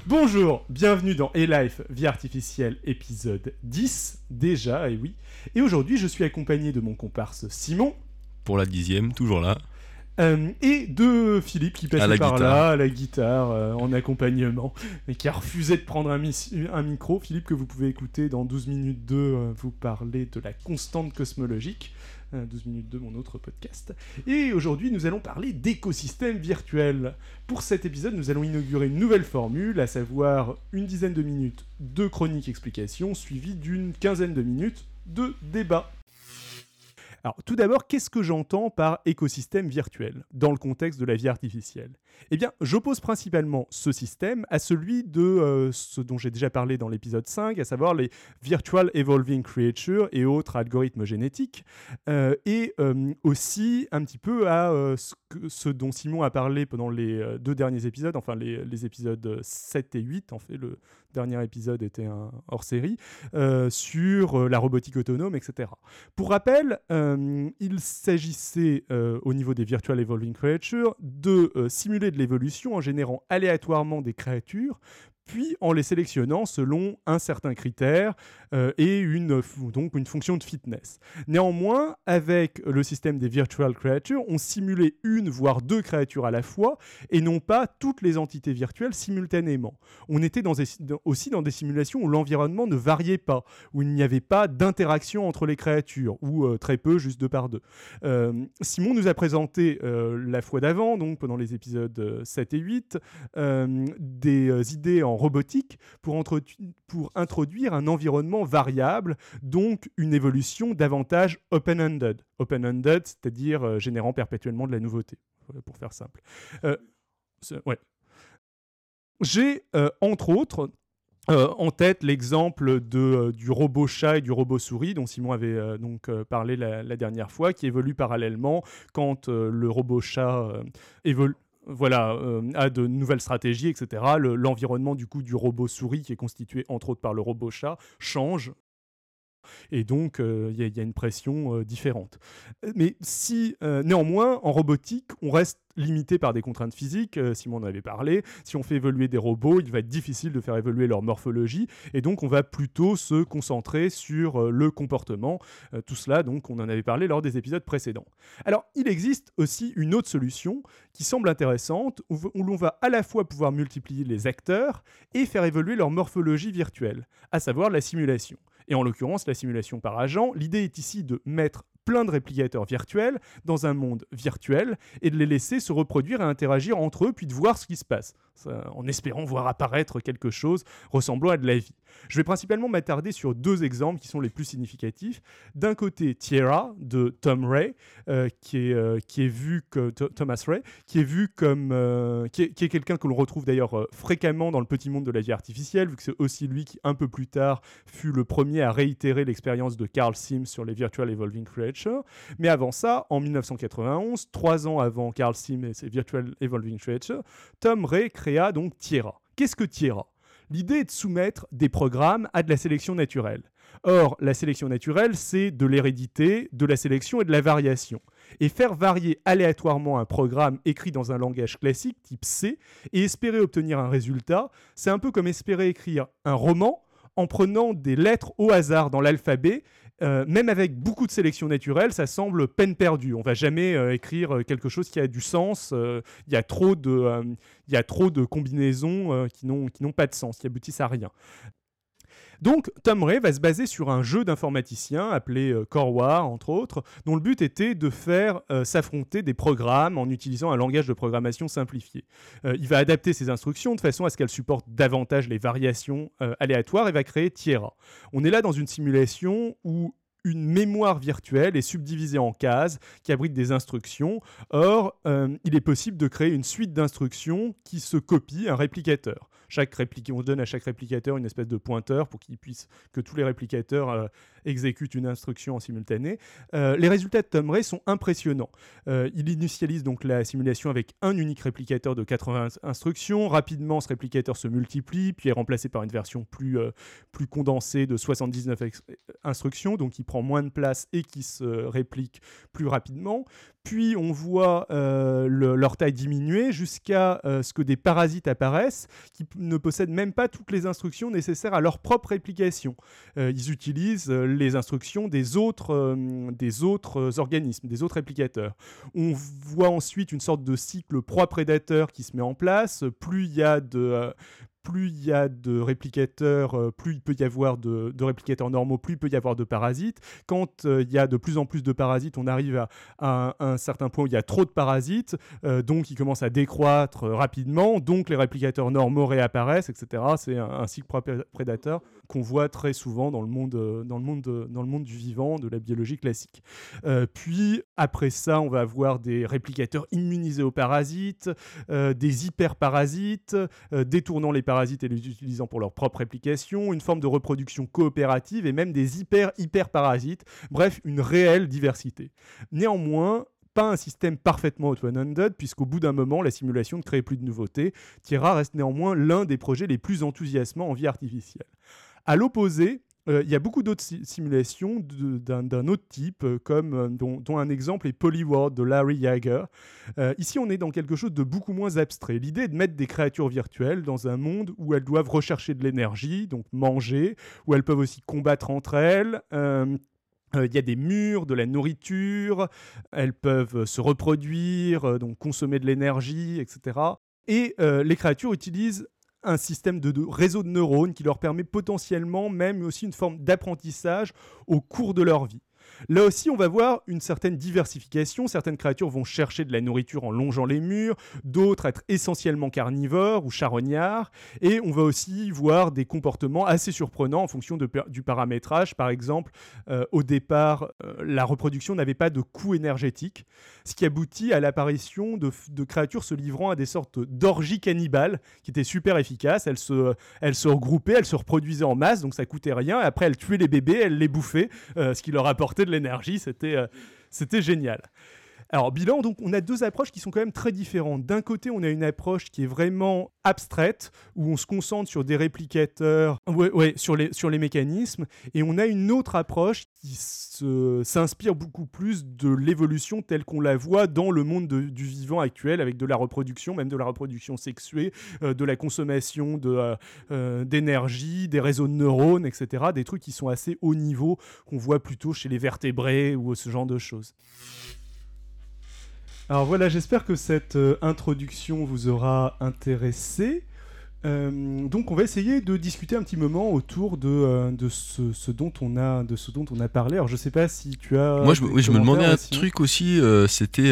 Bonjour, bienvenue dans A-Life Vie Artificielle épisode 10, déjà, et oui. Et aujourd'hui, je suis accompagné de mon comparse Simon. Pour la 10e, toujours là. Et de Philippe qui passait par là, à la guitare, en accompagnement, mais qui a refusé de prendre un micro. Philippe, que vous pouvez écouter dans 12 minutes 2, vous parler de la constante cosmologique. 12 minutes 2, mon autre podcast. Et aujourd'hui, nous allons parler d'écosystèmes virtuels. Pour cet épisode, nous allons inaugurer une nouvelle formule, à savoir une dizaine de minutes de chronique explication, suivie d'une quinzaine de minutes de débat. Alors, tout d'abord, qu'est-ce que j'entends par écosystème virtuel dans le contexte de la vie artificielle ? Eh bien, j'oppose principalement ce système à celui de ce dont j'ai déjà parlé dans l'épisode 5, à savoir les Virtual Evolving Creatures et autres algorithmes génétiques, et aussi un petit peu à ce dont Simon a parlé pendant les deux derniers épisodes, enfin les épisodes 7 et 8, en fait, le dernier épisode était un hors-série, sur la robotique autonome, etc. Pour rappel, il s'agissait, au niveau des Virtual Evolving Creatures, de simuler de l'évolution en générant aléatoirement des créatures, puis en les sélectionnant selon un certain critère et donc une fonction de fitness. Néanmoins, avec le système des Virtual Creatures, on simulait une voire deux créatures à la fois et non pas toutes les entités virtuelles simultanément. On était aussi dans des simulations où l'environnement ne variait pas, où il n'y avait pas d'interaction entre les créatures, ou très peu, juste deux par deux. Simon nous a présenté la fois d'avant, donc pendant les épisodes 7 et 8, des idées en robotique pour introduire un environnement variable, donc une évolution davantage open-ended. Open-ended, c'est-à-dire générant perpétuellement de la nouveauté, pour faire simple. Ouais. J'ai, entre autres, en tête l'exemple du robot chat et du robot souris dont Simon avait parlé la dernière fois, qui évolue parallèlement quand le robot chat évolue. A de nouvelles stratégies, etc. L'environnement du coup du robot souris, qui est constitué entre autres par le robot chat, change. Et donc, il y a une pression différente. Mais si, néanmoins, en robotique, on reste limité par des contraintes physiques, Simon en avait parlé. Si on fait évoluer des robots, il va être difficile de faire évoluer leur morphologie, et donc on va plutôt se concentrer sur le comportement. Tout cela, donc, on en avait parlé lors des épisodes précédents. Alors, il existe aussi une autre solution qui semble intéressante, où l'on va à la fois pouvoir multiplier les acteurs et faire évoluer leur morphologie virtuelle, à savoir la simulation. Et en l'occurrence, la simulation par agent, l'idée est ici de mettre plein de réplicateurs virtuels dans un monde virtuel et de les laisser se reproduire et interagir entre eux, puis de voir ce qui se passe, en espérant voir apparaître quelque chose ressemblant à de la vie. Je vais principalement m'attarder sur deux exemples qui sont les plus significatifs. D'un côté, Tierra de Thomas Ray, qui est vu comme qui est quelqu'un que l'on retrouve d'ailleurs fréquemment dans le petit monde de la vie artificielle, vu que c'est aussi lui qui, un peu plus tard, fut le premier à réitérer l'expérience de Carl Sims sur les Virtual Evolving Creatures. Mais avant ça, en 1991, 3 ans avant Carl Sims et ses Virtual Evolving Creatures, Tom Ray créa donc Tierra. Qu'est-ce que Tierra ? L'idée est de soumettre des programmes à de la sélection naturelle. Or, la sélection naturelle, c'est de l'hérédité, de la sélection et de la variation. Et faire varier aléatoirement un programme écrit dans un langage classique, type C, et espérer obtenir un résultat, c'est un peu comme espérer écrire un roman en prenant des lettres au hasard dans l'alphabet. Même avec beaucoup de sélection naturelle, ça semble peine perdue. On ne va jamais écrire quelque chose qui a du sens. Il y a trop de combinaisons qui n'ont pas de sens, qui aboutissent à rien. Donc, Tom Ray va se baser sur un jeu d'informaticiens appelé Core War, entre autres, dont le but était de faire s'affronter des programmes en utilisant un langage de programmation simplifié. Il va adapter ses instructions de façon à ce qu'elles supportent davantage les variations aléatoires et va créer Tierra. On est là dans une simulation où une mémoire virtuelle est subdivisée en cases qui abritent des instructions. Or, il est possible de créer une suite d'instructions qui se copient un réplicateur. On donne à chaque réplicateur une espèce de pointeur pour que tous les réplicateurs exécutent une instruction en simultané. Les résultats de Tom Ray sont impressionnants. Il initialise donc la simulation avec un unique réplicateur de 80 instructions. Rapidement, ce réplicateur se multiplie, puis est remplacé par une version plus condensée de 79 instructions. Donc, il prend prend moins de place et qui se répliquent plus rapidement. Puis on voit leur taille diminuer jusqu'à ce que des parasites apparaissent qui ne possèdent même pas toutes les instructions nécessaires à leur propre réplication. Ils utilisent les instructions des autres organismes, des autres réplicateurs. On voit ensuite une sorte de cycle proie-prédateur qui se met en place. Plus il y a de réplicateurs, plus il peut y avoir de réplicateurs normaux, plus il peut y avoir de parasites. Quand il y a de plus en plus de parasites, on arrive à un certain point où il y a trop de parasites, donc ils commencent à décroître rapidement, donc les réplicateurs normaux réapparaissent, etc. C'est un cycle prédateur qu'on voit très souvent dans le monde du vivant, de la biologie classique. Puis après ça, on va avoir des réplicateurs immunisés aux parasites, des hyperparasites, détournant les parasites et les utilisant pour leur propre réplication, une forme de reproduction coopérative et même des hyper-parasites, bref, une réelle diversité. Néanmoins, pas un système parfaitement open-ended, puisqu'au bout d'un moment, la simulation ne crée plus de nouveautés. Tierra reste néanmoins l'un des projets les plus enthousiasmants en vie artificielle. À l'opposé, il y a beaucoup d'autres simulations d'un autre type, dont un exemple est Polyworld de Larry Yager. Ici, on est dans quelque chose de beaucoup moins abstrait. L'idée est de mettre des créatures virtuelles dans un monde où elles doivent rechercher de l'énergie, donc manger, où elles peuvent aussi combattre entre elles. Il y a des murs, de la nourriture, elles peuvent se reproduire, donc consommer de l'énergie, etc. Et les créatures utilisent un système de réseau de neurones qui leur permet potentiellement même aussi une forme d'apprentissage au cours de leur vie. Là aussi, on va voir une certaine diversification. Certaines créatures vont chercher de la nourriture en longeant les murs, d'autres être essentiellement carnivores ou charognards. Et on va aussi voir des comportements assez surprenants en fonction du paramétrage. Par exemple, au départ, la reproduction n'avait pas de coût énergétique, ce qui aboutit à l'apparition de créatures se livrant à des sortes d'orgies cannibales qui étaient super efficaces. Elles se regroupaient, elles se reproduisaient en masse, donc ça coûtait rien. Et après, elles tuaient les bébés, elles les bouffaient, ce qui leur apportait de l'énergie, c'était génial. Alors, bilan, donc, on a deux approches qui sont quand même très différentes. D'un côté, on a une approche qui est vraiment abstraite, où on se concentre sur des réplicateurs, sur les mécanismes, et on a une autre approche qui s'inspire beaucoup plus de l'évolution telle qu'on la voit dans le monde du vivant actuel, avec de la reproduction, même de la reproduction sexuée, de la consommation d'énergie, des réseaux de neurones, etc. Des trucs qui sont assez haut niveau, qu'on voit plutôt chez les vertébrés ou ce genre de choses. Alors voilà, j'espère que cette introduction vous aura intéressé. Donc on va essayer de discuter un petit moment autour de ce dont on a parlé. Alors je sais pas si tu as... Moi je me demandais un truc aussi, c'était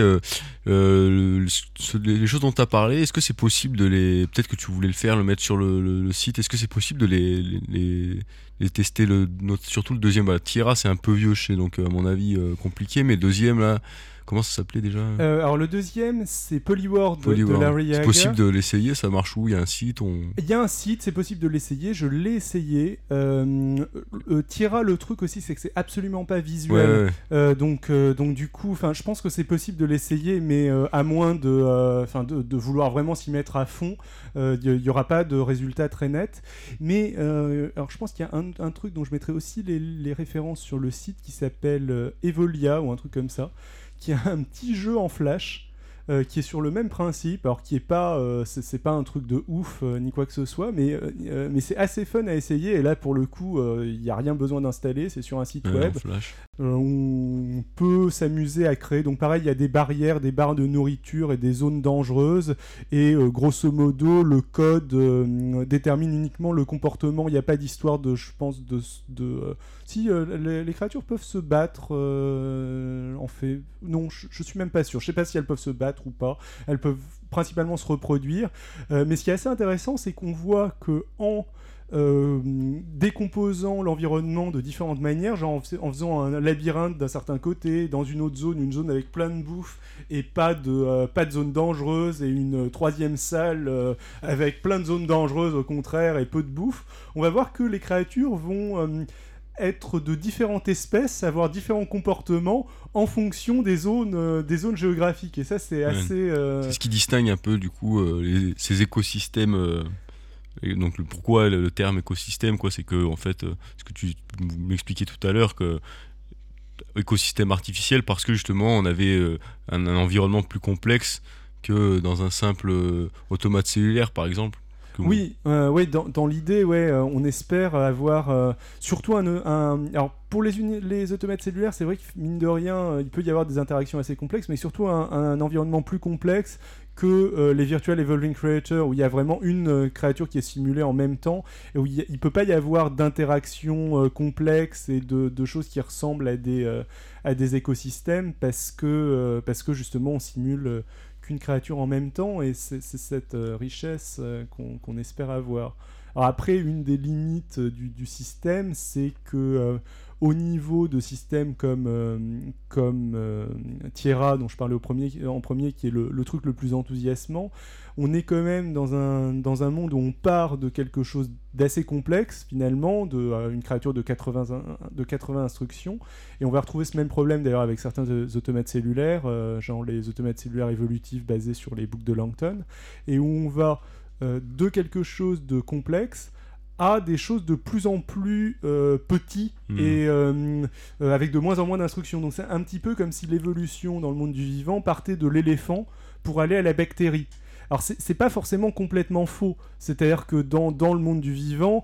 les choses dont tu as parlé, est-ce que c'est possible de les... Peut-être que tu voulais le faire, le mettre sur le site, est-ce que c'est possible de les tester, surtout le deuxième, voilà, Tierra c'est un peu vieux, donc à mon avis compliqué, mais le deuxième là... Comment ça s'appelait déjà ? Alors le deuxième, c'est Polyworld de Larry Yager. C'est possible de l'essayer, ça marche où ? Il y a un site Il y a un site, c'est possible de l'essayer, je l'ai essayé. Tierra, le truc aussi, c'est que c'est absolument pas visuel. Ouais. Donc du coup, je pense que c'est possible de l'essayer, mais à moins de vouloir vraiment s'y mettre à fond, il n'y aura pas de résultat très net. Mais alors je pense qu'il y a un truc dont je mettrai aussi les références sur le site qui s'appelle Evolia ou un truc comme ça, qui a un petit jeu en flash qui est sur le même principe, alors qui est pas, c'est pas un truc de ouf ni quoi que ce soit, mais c'est assez fun à essayer. Et là, pour le coup, il n'y a rien besoin d'installer, c'est sur un site web. On peut s'amuser à créer. Donc pareil, il y a des barrières, des barres de nourriture et des zones dangereuses. Et grosso modo, le code détermine uniquement le comportement. Il n'y a pas d'histoire je pense, si les créatures peuvent se battre, en fait, non, je suis même pas sûr. Je sais pas si elles peuvent se battre ou pas. Elles peuvent principalement se reproduire. Mais ce qui est assez intéressant, c'est qu'on voit que en décomposant l'environnement de différentes manières, genre en faisant un labyrinthe d'un certain côté, dans une autre zone, une zone avec plein de bouffe et pas de zone dangereuse, et une troisième salle avec plein de zones dangereuses au contraire et peu de bouffe, on va voir que les créatures vont être de différentes espèces, avoir différents comportements en fonction des zones géographiques. Et ça, c'est assez... C'est ce qui distingue un peu, du coup, ces écosystèmes... Et donc pourquoi le terme écosystème, quoi, c'est que en fait, ce que tu m'expliquais tout à l'heure, que écosystème artificiel parce que justement on avait un environnement plus complexe que dans un simple automate cellulaire par exemple. Oui, dans l'idée, on espère avoir surtout alors pour les automates cellulaires, c'est vrai que mine de rien, il peut y avoir des interactions assez complexes, mais surtout un environnement plus complexe que les Virtual Evolving Creators, où il y a vraiment une créature qui est simulée en même temps, et où il ne peut pas y avoir d'interactions complexes et de choses qui ressemblent à des écosystèmes, parce que justement on simule qu'une créature en même temps, et c'est cette richesse qu'on espère avoir. Alors après, une des limites du système, c'est que au niveau de systèmes comme Tierra, dont je parlais en premier, qui est le truc le plus enthousiasmant, on est quand même dans un monde où on part de quelque chose d'assez complexe, finalement, une créature de 80 instructions, et on va retrouver ce même problème d'ailleurs avec certains automates cellulaires, genre les automates cellulaires évolutifs basés sur les boucles de Langton, et où on va de quelque chose de complexe à des choses de plus en plus petits et avec de moins en moins d'instructions. Donc c'est un petit peu comme si l'évolution dans le monde du vivant partait de l'éléphant pour aller à la bactérie. Alors c'est pas forcément complètement faux, c'est-à-dire que dans le monde du vivant,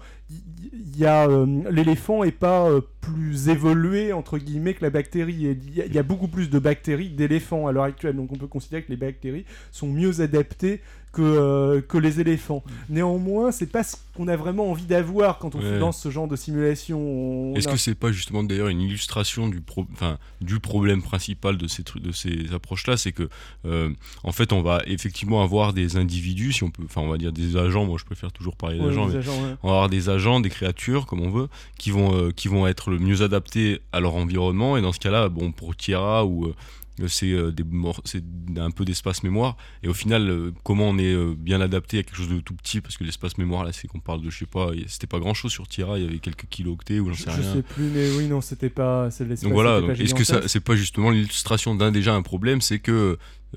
l'éléphant est pas plus évolué entre guillemets que la bactérie. Il y a beaucoup plus de bactéries que d'éléphants à l'heure actuelle, donc on peut considérer que les bactéries sont mieux adaptées que les éléphants. Néanmoins, c'est pas ce qu'on a vraiment envie d'avoir quand on lance ce genre de simulation. Est-ce que c'est pas justement d'ailleurs une illustration du problème principal de ces approches-là, c'est que en fait on va effectivement avoir des individus, si on peut, on va dire des agents. Moi, je préfère toujours parler d'agents, mais on va avoir des agents, des créatures, comme on veut, qui vont être le mieux adaptés à leur environnement. Et dans ce cas-là, bon, pour Tierra ou c'est un peu d'espace mémoire, et au final comment on est bien adapté à quelque chose de tout petit, parce que l'espace mémoire là, c'est qu'on parle de, je sais pas, c'était pas grand chose sur Tierra, il y avait quelques kilooctets ou j'en sais rien. Je sais plus, mais oui, non, c'était pas, c'est l'espace. Donc voilà, est-ce que ça c'est pas justement l'illustration déjà un problème, c'est que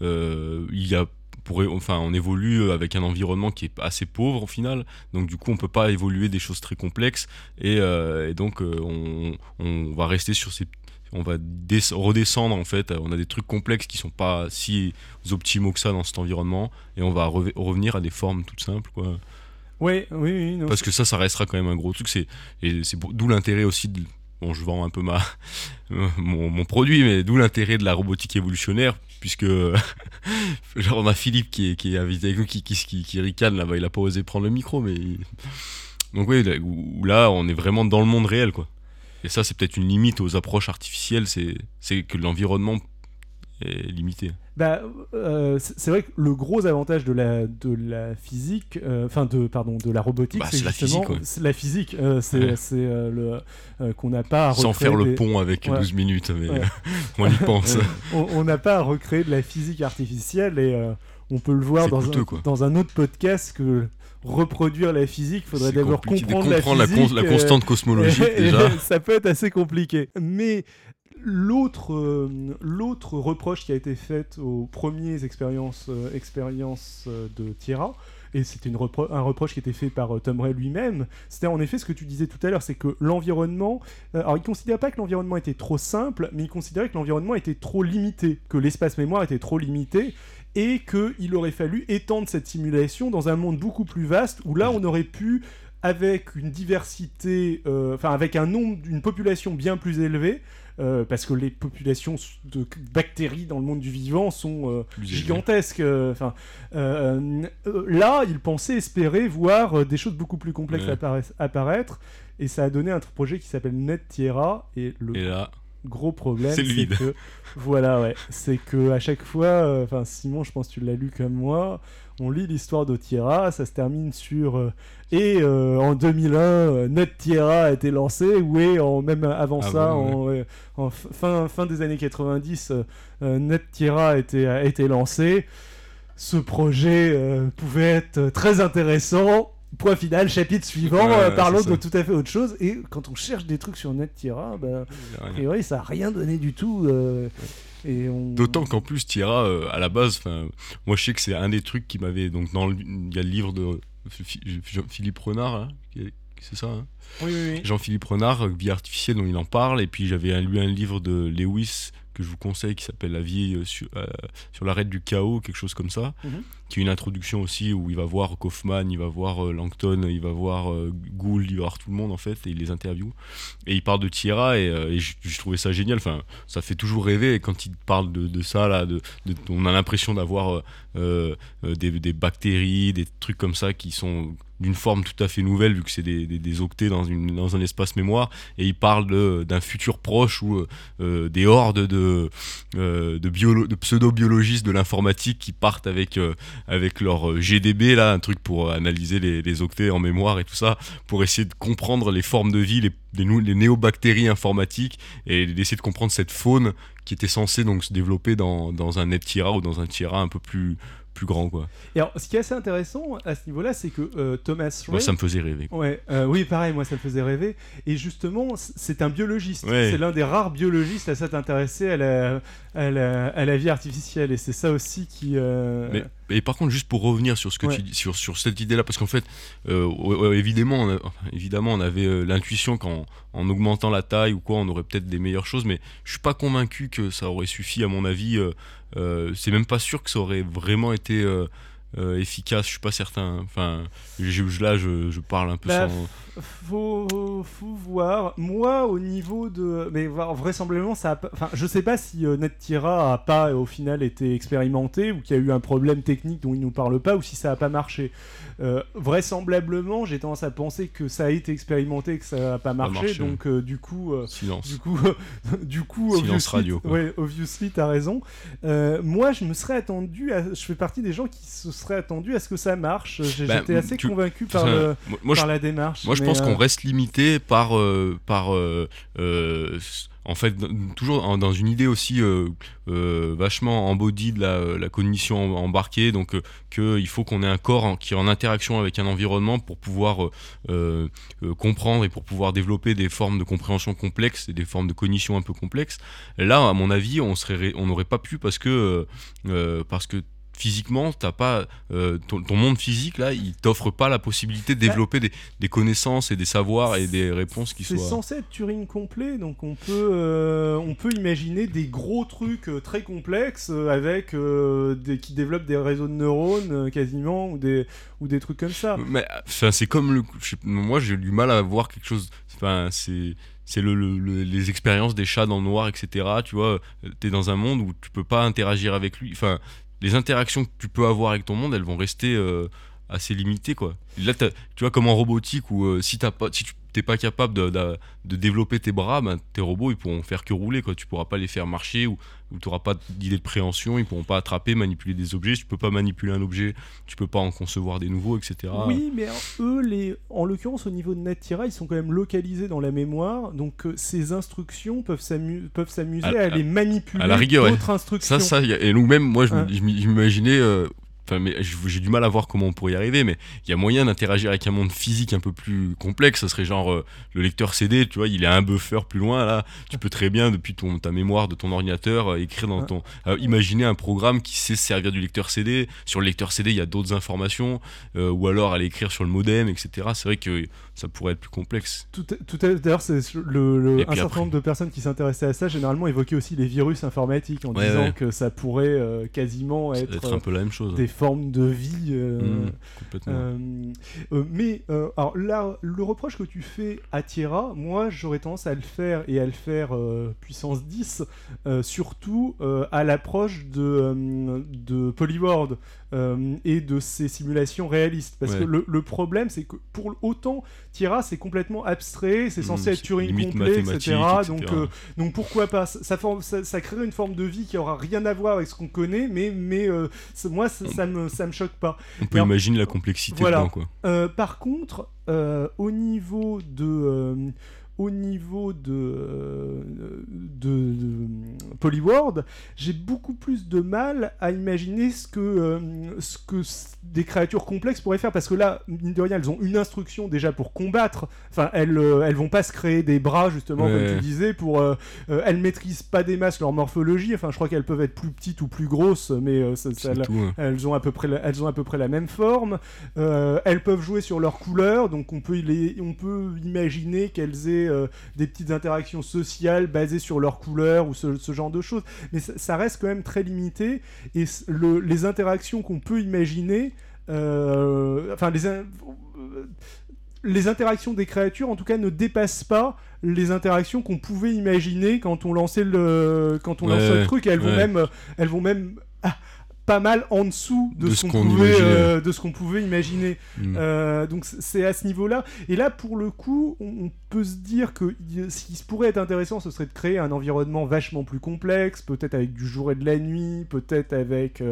on évolue avec un environnement qui est assez pauvre au final, donc du coup on peut pas évoluer des choses très complexes, et donc on va rester sur on va redescendre en fait, on a des trucs complexes qui sont pas si optimaux que ça dans cet environnement, et on va revenir à des formes toutes simples, quoi. Oui, non, parce que ça restera quand même un gros truc, d'où l'intérêt aussi bon, je vends un peu mon produit, mais d'où l'intérêt de la robotique évolutionnaire, puisque genre on a Philippe qui est invité avec nous, qui ricane là-bas, il a pas osé prendre le micro, mais donc oui, là on est vraiment dans le monde réel, quoi. Et ça, c'est peut-être une limite aux approches artificielles, c'est que l'environnement est limité. C'est vrai que le gros avantage de la physique, de la robotique, c'est justement la physique. Qu'on n'a pas à recréer. Sans faire le pont avec 12 minutes, mais on y pense. On n'a pas à recréer de la physique artificielle, et on peut le voir dans un autre podcast que reproduire la physique, il faudrait d'abord comprendre la physique, la constante cosmologique déjà. Ça peut être assez compliqué. Mais l'autre reproche qui a été faite aux premières expériences de Tierra, et c'était un reproche qui était fait par Tom Ray lui-même, c'était en effet ce que tu disais tout à l'heure, c'est que l'environnement, alors il ne considérait pas que l'environnement était trop simple, mais il considérait que l'environnement était trop limité, que l'espace mémoire était trop limité, et qu'il aurait fallu étendre cette simulation dans un monde beaucoup plus vaste, où là on aurait pu, avec une diversité, avec une population bien plus élevée, parce que les populations de bactéries dans le monde du vivant sont gigantesques. Là, ils pensaient espérer voir des choses beaucoup plus complexes apparaître, et ça a donné un projet qui s'appelle Net Tierra, et là, gros problème, c'est que c'est que à chaque fois, Simon, je pense que tu l'as lu comme moi, on lit l'histoire de Tierra, ça se termine sur en 2001, Net Tierra a été lancé, même avant ça, en fin des années 90, Net Tierra a été lancé. Ce projet pouvait être très intéressant. Point final, chapitre suivant, parlons de tout à fait autre chose. Et quand on cherche des trucs sur Net Tierra, a priori, ça n'a rien donné du tout. D'autant qu'en plus, Tierra, à la base, moi je sais que c'est un des trucs qui m'avait. Donc, il y a le livre de Philippe Renard, hein, c'est ça hein Oui. Jean-Philippe Renard, Vie artificielle, dont il en parle. Et puis j'avais lu un livre de Lewis que je vous conseille qui s'appelle La vie sur l'arête du chaos, quelque chose comme ça, qui est une introduction aussi où il va voir Kaufman, il va voir Langton, il va voir Gould, il va voir tout le monde en fait, et il les interviewe. Et il parle de Tierra et je trouvais ça génial. Enfin, ça fait toujours rêver. Et quand il parle de ça là, on a l'impression d'avoir des bactéries, des trucs comme ça qui sont d'une forme tout à fait nouvelle vu que c'est des octets dans un espace mémoire, et il parle d'un futur proche où des hordes de pseudo-biologistes de l'informatique qui partent avec leur GDB là, un truc pour analyser les octets en mémoire et tout ça, pour essayer de comprendre les formes de vie, les néobactéries informatiques, et d'essayer de comprendre cette faune qui était censée donc se développer dans un Net-Tierra ou dans un Tierra un peu plus grand quoi. Et alors, ce qui est assez intéressant à ce niveau-là, c'est que Thomas Ray... Moi, ça me faisait rêver. Ouais, oui, pareil, moi ça me faisait rêver. Et justement, c'est un biologiste. Ouais. C'est l'un des rares biologistes à s'être intéressé à la vie artificielle. Et c'est ça aussi qui... Et par contre, juste pour revenir sur ce que tu dis, sur cette idée-là, parce qu'en fait, évidemment, on avait l'intuition qu'en augmentant la taille ou quoi, on aurait peut-être des meilleures choses, mais je suis pas convaincu que ça aurait suffi. À mon avis, c'est même pas sûr que ça aurait vraiment été efficace. Je suis pas certain. Enfin, je parle un peu sans. Faut voir. Moi, au niveau de, mais vraisemblablement, ça. Enfin, je sais pas si Net-Tierra a pas au final été expérimenté ou qu'il y a eu un problème technique dont il nous parle pas, ou si ça a pas marché. Vraisemblablement, j'ai tendance à penser que ça a été expérimenté et que ça a pas marché. Donc, du coup, silence. Du coup, silence radio. Ouais, obviously, t'as raison. Moi, je fais partie des gens qui se seraient attendus à ce que ça marche. J'étais assez convaincu par la démarche. Moi, je pense qu'on reste limité par en fait, toujours dans une idée aussi vachement embody de la cognition embarquée, donc qu'il faut qu'on ait un corps qui est en interaction avec un environnement pour pouvoir comprendre et pour pouvoir développer des formes de compréhension complexes et des formes de cognition un peu complexes. Là, à mon avis, on n'aurait pas pu parce que physiquement, t'as pas ton monde physique là, il t'offre pas la possibilité de développer des connaissances et des savoirs et des réponses qui soient. C'est censé être Turing complet, donc on peut imaginer des gros trucs très complexes avec qui développent des réseaux de neurones quasiment ou des trucs comme ça. Mais c'est comme moi j'ai du mal à voir quelque chose. Enfin, c'est les expériences des chats dans le noir, etc. Tu vois, t'es dans un monde où tu peux pas interagir avec lui. Enfin, les interactions que tu peux avoir avec ton monde, elles vont rester assez limitées, quoi. Là, tu vois, comme en robotique, où si tu t'es pas capable de développer tes bras, ben, tes robots, ils pourront faire que rouler, quoi. Tu pourras pas les faire marcher, ou tu n'auras pas d'idée de préhension, ils pourront pas attraper, manipuler des objets. Tu peux pas manipuler un objet, tu peux pas en concevoir des nouveaux, etc. Oui, mais eux, en l'occurrence, au niveau de Net-Tierra, ils sont quand même localisés dans la mémoire, donc ces instructions peuvent s'amuser à les manipuler à la rigueur, d'autres instructions. Et nous-mêmes, moi, je m'imaginais... Enfin, mais j'ai du mal à voir comment on pourrait y arriver, mais il y a moyen d'interagir avec un monde physique un peu plus complexe. Ça serait genre le lecteur CD, tu vois, il a un buffer plus loin là. Tu peux très bien depuis ta mémoire de ton ordinateur écrire dans ton. Imaginer un programme qui sait se servir du lecteur CD. Sur le lecteur CD, il y a d'autres informations, ou alors aller écrire sur le modem, etc. C'est vrai que ça pourrait être plus complexe. D'ailleurs, c'est un certain nombre de personnes qui s'intéressaient à ça généralement évoquaient aussi les virus informatiques en disant que ça pourrait quasiment être un peu la même chose. Des formes de vie. Complètement. Mais alors là, le reproche que tu fais à Tierra, moi j'aurais tendance à le faire puissance 10, surtout à l'approche de Polyworld et de ces simulations réalistes. Parce que le problème, c'est que pour autant, Tierra c'est complètement abstrait, c'est censé être Turing complet, etc. Donc pourquoi pas, ça créerait une forme de vie qui aura rien à voir avec ce qu'on connaît, mais moi ça me choque pas. On peut imaginer la complexité dedans, quoi. Par contre, au niveau au niveau de Polyworld, j'ai beaucoup plus de mal à imaginer ce que des créatures complexes pourraient faire, parce que là, mine de rien, elles ont une instruction déjà pour combattre. Enfin, elles vont pas se créer des bras, justement, comme tu disais, elles maîtrisent pas des masses leur morphologie. Enfin, je crois qu'elles peuvent être plus petites ou plus grosses, mais elles ont à peu près la même forme. Elles peuvent jouer sur leur couleur, donc on peut imaginer qu'elles aient des petites interactions sociales basées sur leur couleur ou ce genre de choses, mais ça reste quand même très limité, et les interactions qu'on peut imaginer, les interactions des créatures en tout cas ne dépassent pas les interactions qu'on pouvait imaginer quand on lançait le truc, et elles vont même pas mal en dessous de ce qu'on pouvait imaginer. Donc c'est à ce niveau-là. Et là, pour le coup, on peut se dire que ce qui pourrait être intéressant, ce serait de créer un environnement vachement plus complexe, peut-être avec du jour et de la nuit, peut-être avec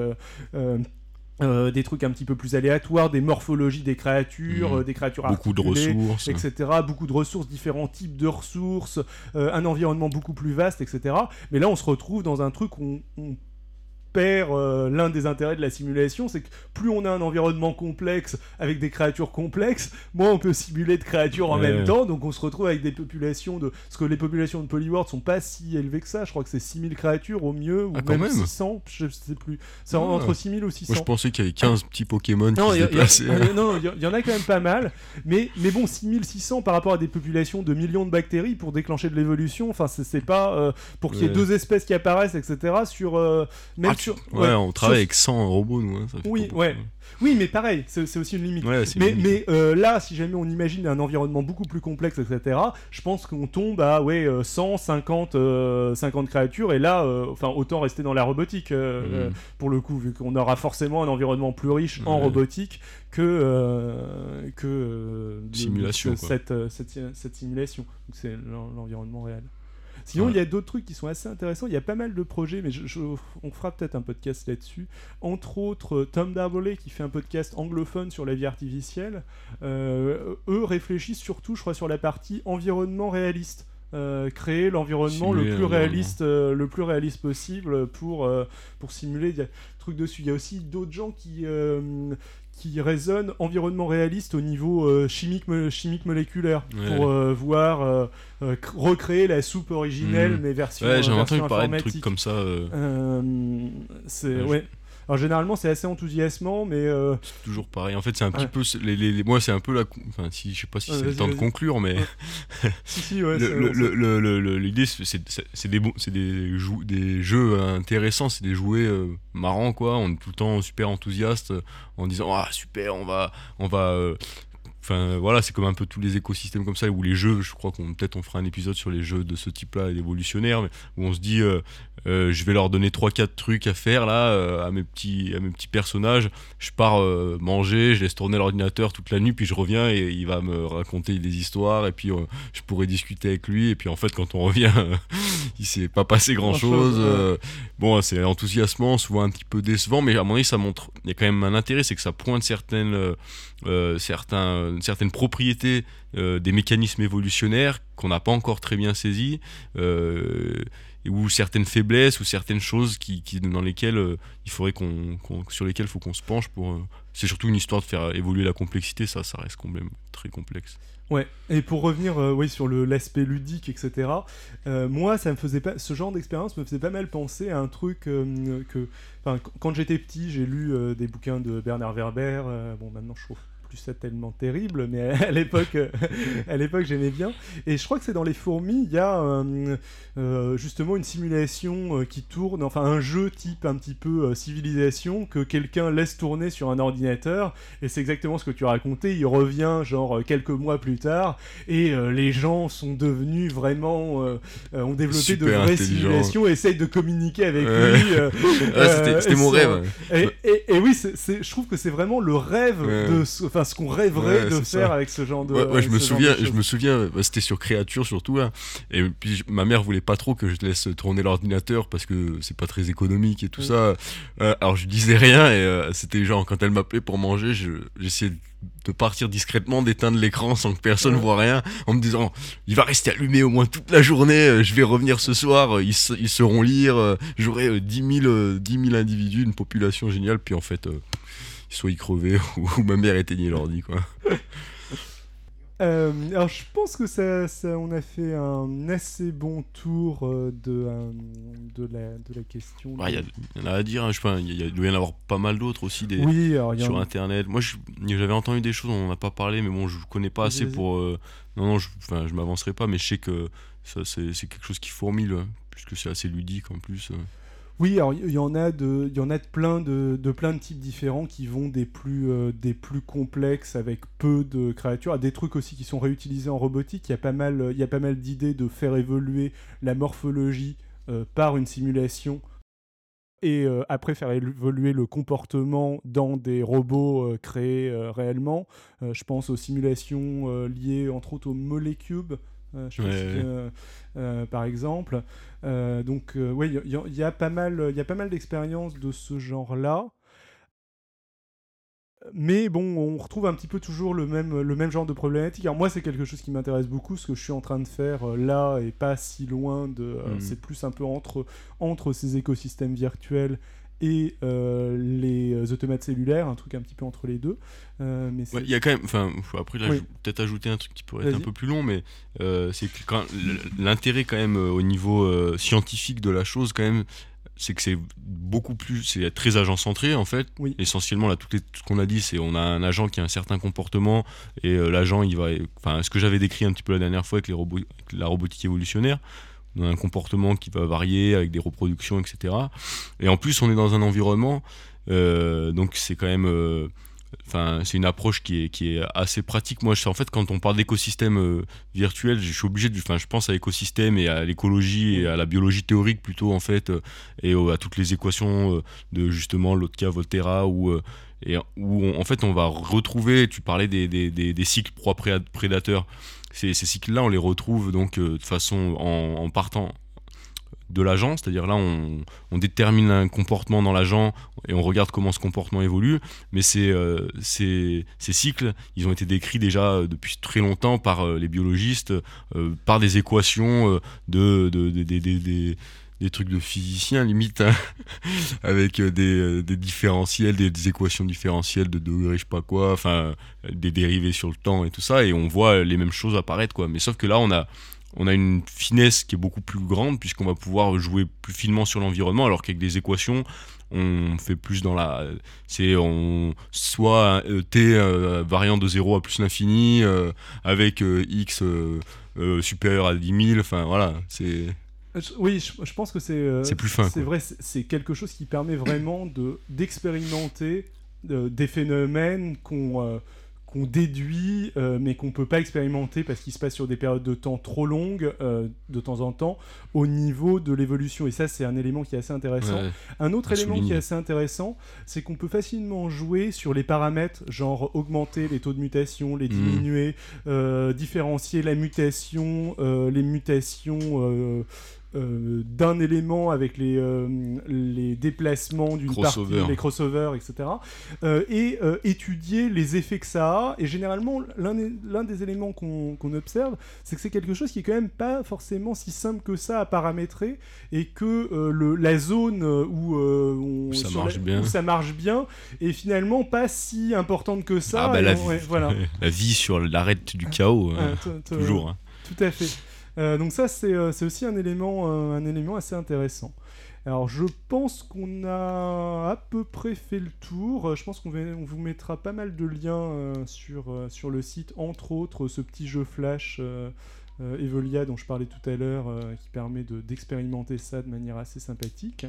des trucs un petit peu plus aléatoires, des morphologies des créatures, des créatures beaucoup de ressources, etc. Beaucoup de ressources, différents types de ressources, un environnement beaucoup plus vaste, etc. Mais là, on se retrouve dans un truc où on perd l'un des intérêts de la simulation, c'est que plus on a un environnement complexe avec des créatures complexes, moins on peut simuler de créatures en même temps, donc on se retrouve avec des populations parce que les populations de Polyworld sont pas si élevées que ça, je crois que c'est 6000 créatures au mieux, ou même 600, je sais plus, c'est entre 6000 ou 600. Moi je pensais qu'il y avait 15 petits Pokémon qui se déplaçaient. Non, il y en a quand même pas mal, mais bon, 6600 par rapport à des populations de millions de bactéries pour déclencher de l'évolution, enfin c'est pas pour qu'il y ait 2 espèces qui apparaissent, etc. sur même on travaille avec 100 robots, nous. Ça fait oui, mais pareil, c'est aussi une limite. Mais là, si jamais on imagine un environnement beaucoup plus complexe, etc., je pense qu'on tombe à 150 créatures, et là, autant rester dans la robotique, pour le coup, vu qu'on aura forcément un environnement plus riche en robotique que simulation, cette simulation. Donc c'est l'environnement réel. Sinon, il y a d'autres trucs qui sont assez intéressants. Il y a pas mal de projets, mais on fera peut-être un podcast là-dessus. Entre autres, Tom Darbolet, qui fait un podcast anglophone sur la vie artificielle. Eux réfléchissent surtout, je crois, sur la partie environnement réaliste. Créer l'environnement le plus réaliste possible pour simuler. Il y a des trucs dessus. Il y a aussi d'autres gens qui raisonnent environnement réaliste au niveau chimique moléculaire, pour voir recréer la soupe originelle, mais version informatique. J'ai entendu parler de trucs comme ça. Alors généralement c'est assez enthousiasmant, mais c'est toujours pareil. En fait, c'est un petit peu moi c'est un peu je sais pas si c'est le temps de conclure, mais l'idée c'est des jeux intéressants, c'est des jouets marrants, quoi. On est tout le temps super enthousiaste en disant super, on va Enfin voilà, c'est comme un peu tous les écosystèmes comme ça, où les jeux, je crois qu'on fera un épisode sur les jeux de ce type-là, évolutionnaires, où on se dit je vais leur donner 3-4 trucs à faire là, à mes petits personnages, je pars manger, je laisse tourner l'ordinateur toute la nuit, puis je reviens et il va me raconter des histoires, et puis je pourrais discuter avec lui, et puis en fait quand on revient il s'est pas passé grand-chose. Bon, c'est enthousiasmant, souvent un petit peu décevant, mais à mon avis ça montre, il y a quand même un intérêt, c'est que ça pointe certaines propriétés des mécanismes évolutionnaires qu'on n'a pas encore très bien saisies, ou certaines faiblesses, ou certaines choses dans lesquelles sur lesquelles il faut qu'on se penche c'est surtout une histoire de faire évoluer la complexité, ça reste quand même très complexe. Ouais, et pour revenir sur l'aspect ludique, etc., moi, ce genre d'expérience me faisait pas mal penser à un truc quand j'étais petit, j'ai lu des bouquins de Bernard Werber, maintenant je trouve plus ça tellement terrible, mais à l'époque j'aimais bien, et je crois que c'est dans Les Fourmis, il y a justement une simulation qui tourne, enfin un jeu type un petit peu Civilisation, que quelqu'un laisse tourner sur un ordinateur, et c'est exactement ce que tu racontais, il revient genre quelques mois plus tard, et les gens sont devenus vraiment ont développé super de vraies simulations, et essayent de communiquer avec lui. C'était mon rêve. Et oui, je trouve que c'est vraiment le rêve de ce qu'on rêverait de faire avec ce genre de je me souviens, c'était sur Créature surtout, hein, et puis ma mère voulait pas trop que je laisse tourner l'ordinateur parce que c'est pas très économique et tout ça, alors je disais rien, et c'était genre quand elle m'appelait pour manger, j'essayais de partir discrètement, d'éteindre l'écran sans que personne voit rien, en me disant il va rester allumé au moins toute la journée, je vais revenir ce soir, ils sauront lire, j'aurai 10 000 individus, une population géniale, puis en fait soit y crever ou ma mère éteignait l'ordi, quoi. Alors je pense que ça, on a fait un assez bon tour de la question. Il y en a à dire, hein, je sais pas, il doit y en avoir pas mal d'autres aussi oui, alors, sur internet. Moi j'avais entendu des choses, on n'en a pas parlé, mais bon, je connais pas assez pour. Non, je m'avancerai pas, mais je sais que ça, c'est quelque chose qui fourmille, puisque c'est assez ludique en plus. Oui, alors il y en a de plein de types différents qui vont des plus complexes avec peu de créatures à des trucs aussi qui sont réutilisés en robotique. Il y a pas mal d'idées de faire évoluer la morphologie par une simulation et après faire évoluer le comportement dans des robots créés réellement. Je pense aux simulations liées entre autres au Molecube. Je pense par exemple. Donc, oui, il y a pas mal d'expériences de ce genre-là. Mais bon, on retrouve un petit peu toujours le même genre de problématique. Alors moi, c'est quelque chose qui m'intéresse beaucoup, ce que je suis en train de faire là et pas si loin de... C'est plus un peu entre ces écosystèmes virtuels et les automates cellulaires, un truc un petit peu entre les deux. Mais il y a quand même... Après, là, je vais peut-être ajouter un truc qui pourrait être un peu plus long, mais c'est que l'intérêt quand même au niveau scientifique de la chose, quand même, c'est que c'est beaucoup plus, c'est très agent-centré en fait. Oui. Essentiellement là, tout ce qu'on a dit, c'est on a un agent qui a un certain comportement et l'agent il va, ce que j'avais décrit un petit peu la dernière fois avec la robotique évolutionnaire, on a un comportement qui va varier avec des reproductions, etc. Et en plus on est dans un environnement, donc c'est quand même c'est une approche qui est assez pratique. Moi, en fait, quand on parle d'écosystème virtuel, je suis obligé je pense à l'écosystème et à l'écologie et à la biologie théorique plutôt, en fait, et à toutes les équations de justement Lotka, Volterra, où en fait, on va retrouver, tu parlais des cycles proie-prédateur. Ces cycles-là, on les retrouve donc de façon en partant de l'agent, c'est-à-dire là on détermine un comportement dans l'agent et on regarde comment ce comportement évolue, mais ces cycles, ils ont été décrits déjà depuis très longtemps par les biologistes, par des équations des trucs de physiciens limite, hein, avec des différentiels, des équations différentielles de degrés, je sais pas quoi, des dérivés sur le temps et tout ça, et on voit les mêmes choses apparaître, quoi. Mais sauf que là on a une finesse qui est beaucoup plus grande puisqu'on va pouvoir jouer plus finement sur l'environnement, alors qu'avec des équations on fait plus dans soit t variant de 0 à plus l'infini avec x supérieur à 10 000, voilà, c'est... Oui, je pense que c'est plus fin. C'est vrai, c'est quelque chose qui permet vraiment d'expérimenter des phénomènes qu'on déduit, mais qu'on ne peut pas expérimenter parce qu'ils se passent sur des périodes de temps trop longues, de temps en temps, au niveau de l'évolution. Et ça, c'est un élément qui est assez intéressant. Ouais, un autre élément qui est assez intéressant, c'est qu'on peut facilement jouer sur les paramètres, genre augmenter les taux de mutation, les diminuer, différencier la mutation, les mutations... d'un élément avec les déplacements d'une partie, les crossovers, etc. Et étudier les effets que ça a. Et généralement, l'un des éléments qu'on observe, c'est que c'est quelque chose qui est quand même pas forcément si simple que ça à paramétrer, et que la zone où ça marche bien est finalement pas si importante que ça. Voilà. La vie sur l'arête du chaos, toujours. Hein. Tout à fait. Donc ça, c'est aussi un élément assez intéressant. Alors, je pense qu'on a à peu près fait le tour. Je pense qu'on vous mettra pas mal de liens sur le site, entre autres ce petit jeu Flash Evolia dont je parlais tout à l'heure, qui permet d'expérimenter ça de manière assez sympathique.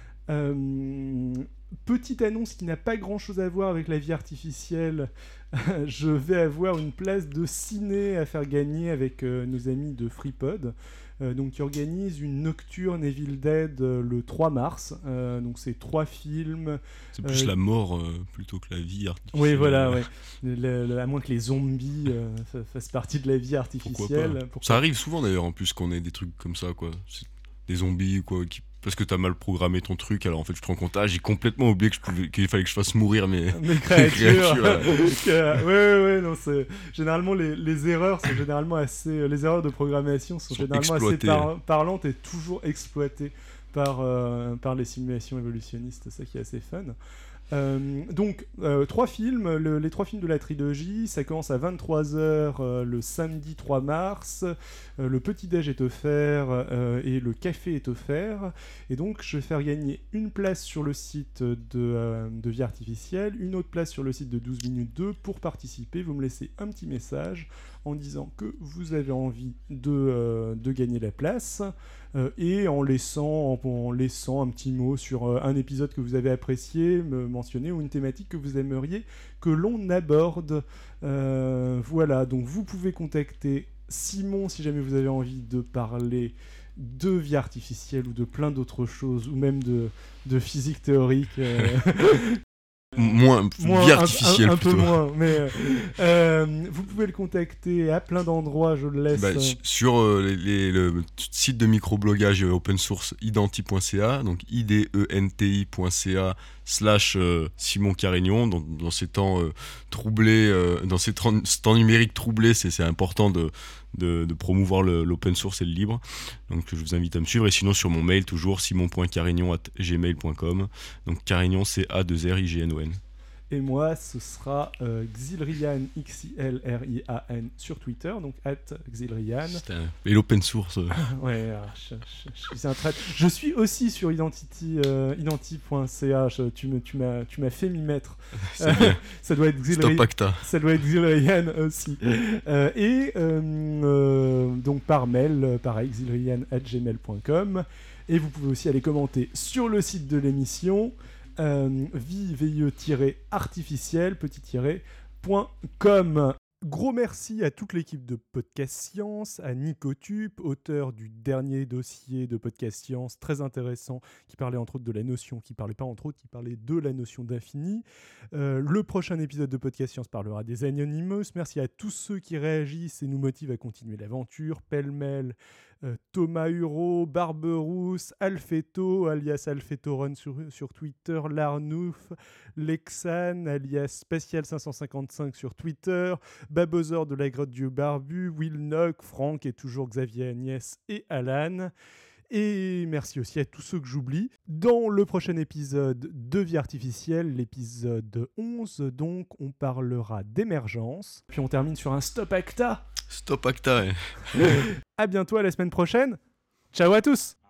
Petite annonce qui n'a pas grand chose à voir avec la vie artificielle. Je vais avoir une place de ciné à faire gagner avec nos amis de FreePod, donc qui organisent une nocturne Evil Dead le 3 mars. Donc c'est 3 films. C'est plus la mort plutôt que la vie artificielle. Oui, voilà, ouais. À moins que les zombies fassent partie de la vie artificielle. Pourquoi pas. Ça arrive souvent d'ailleurs en plus qu'on ait des trucs comme ça, quoi. zombies, quoi, parce que t'as mal programmé ton truc, alors en fait, tu te rends compte, j'ai complètement oublié qu'il fallait que je fasse mourir mes créatures. Ouais, non, c'est... Généralement, les erreurs sont généralement assez... Les erreurs de programmation sont généralement exploitées. Assez parlantes et toujours exploitées par les simulations évolutionnistes, c'est ça qui est assez fun. Donc, 3 films, les 3 films de la trilogie, ça commence à 23h le samedi 3 mars, le petit-déj est offert et le café est offert, et donc je vais faire gagner une place sur le site de Vie Artificielle, une autre place sur le site de 12 minutes 2. Pour participer, vous me laissez un petit message en disant que vous avez envie de gagner la place, et en laissant un petit mot sur un épisode que vous avez apprécié, me mentionner, ou une thématique que vous aimeriez que l'on aborde. Voilà, donc vous pouvez contacter Simon si jamais vous avez envie de parler de vie artificielle ou de plein d'autres choses, ou même de physique théorique. Moins vie artificielle, un peu moins, mais vous pouvez le contacter à plein d'endroits, je le laisse. Sur le site de microblogage open source identi.ca, donc identi.ca / Simon Carignon. Dans ces temps troublés, dans ces temps numériques troublés, c'est important de promouvoir l'open source et le libre. Donc je vous invite à me suivre, et sinon sur mon mail toujours simon.carignon@gmail.com. donc Carignon c'est A2RIGNON. Et moi, ce sera Xilrian, XILRIAN sur Twitter, donc @Xilrian. Et l'open source. Ouais, je suis un traître. Je suis aussi sur identi.ca. Tu m'as fait m'y mettre. C'est bien. Ça doit être Stopacta. Ça doit être Xilrian aussi. Donc par mail, pareil, xilrian@gmail.com. Et vous pouvez aussi aller commenter sur le site de l'émission. vie-artificiel.com. Gros merci à toute l'équipe de Podcast Science, à Nico Tup, auteur du dernier dossier de Podcast Science, très intéressant, qui parlait entre autres de la notion, qui parlait pas entre autres, qui parlait de la notion d'infini. Le prochain épisode de Podcast Science parlera des Anonymous. Merci à tous ceux qui réagissent et nous motivent à continuer l'aventure. Pêle-mêle, Thomas Huro, Barberousse, Alfeto, alias Alfetorun sur Twitter, Larnouf, Lexan, alias Spatial555 sur Twitter, Babozor de la Grotte Dieu Barbu, Will Nock, Franck et toujours Xavier Agnès et Alan. Et merci aussi à tous ceux que j'oublie. Dans le prochain épisode de Vie Artificielle, l'épisode 11, donc, on parlera d'émergence. Puis on termine sur un Stop Acta. Stop Acta, ouais. À bientôt, à la semaine prochaine. Ciao à tous.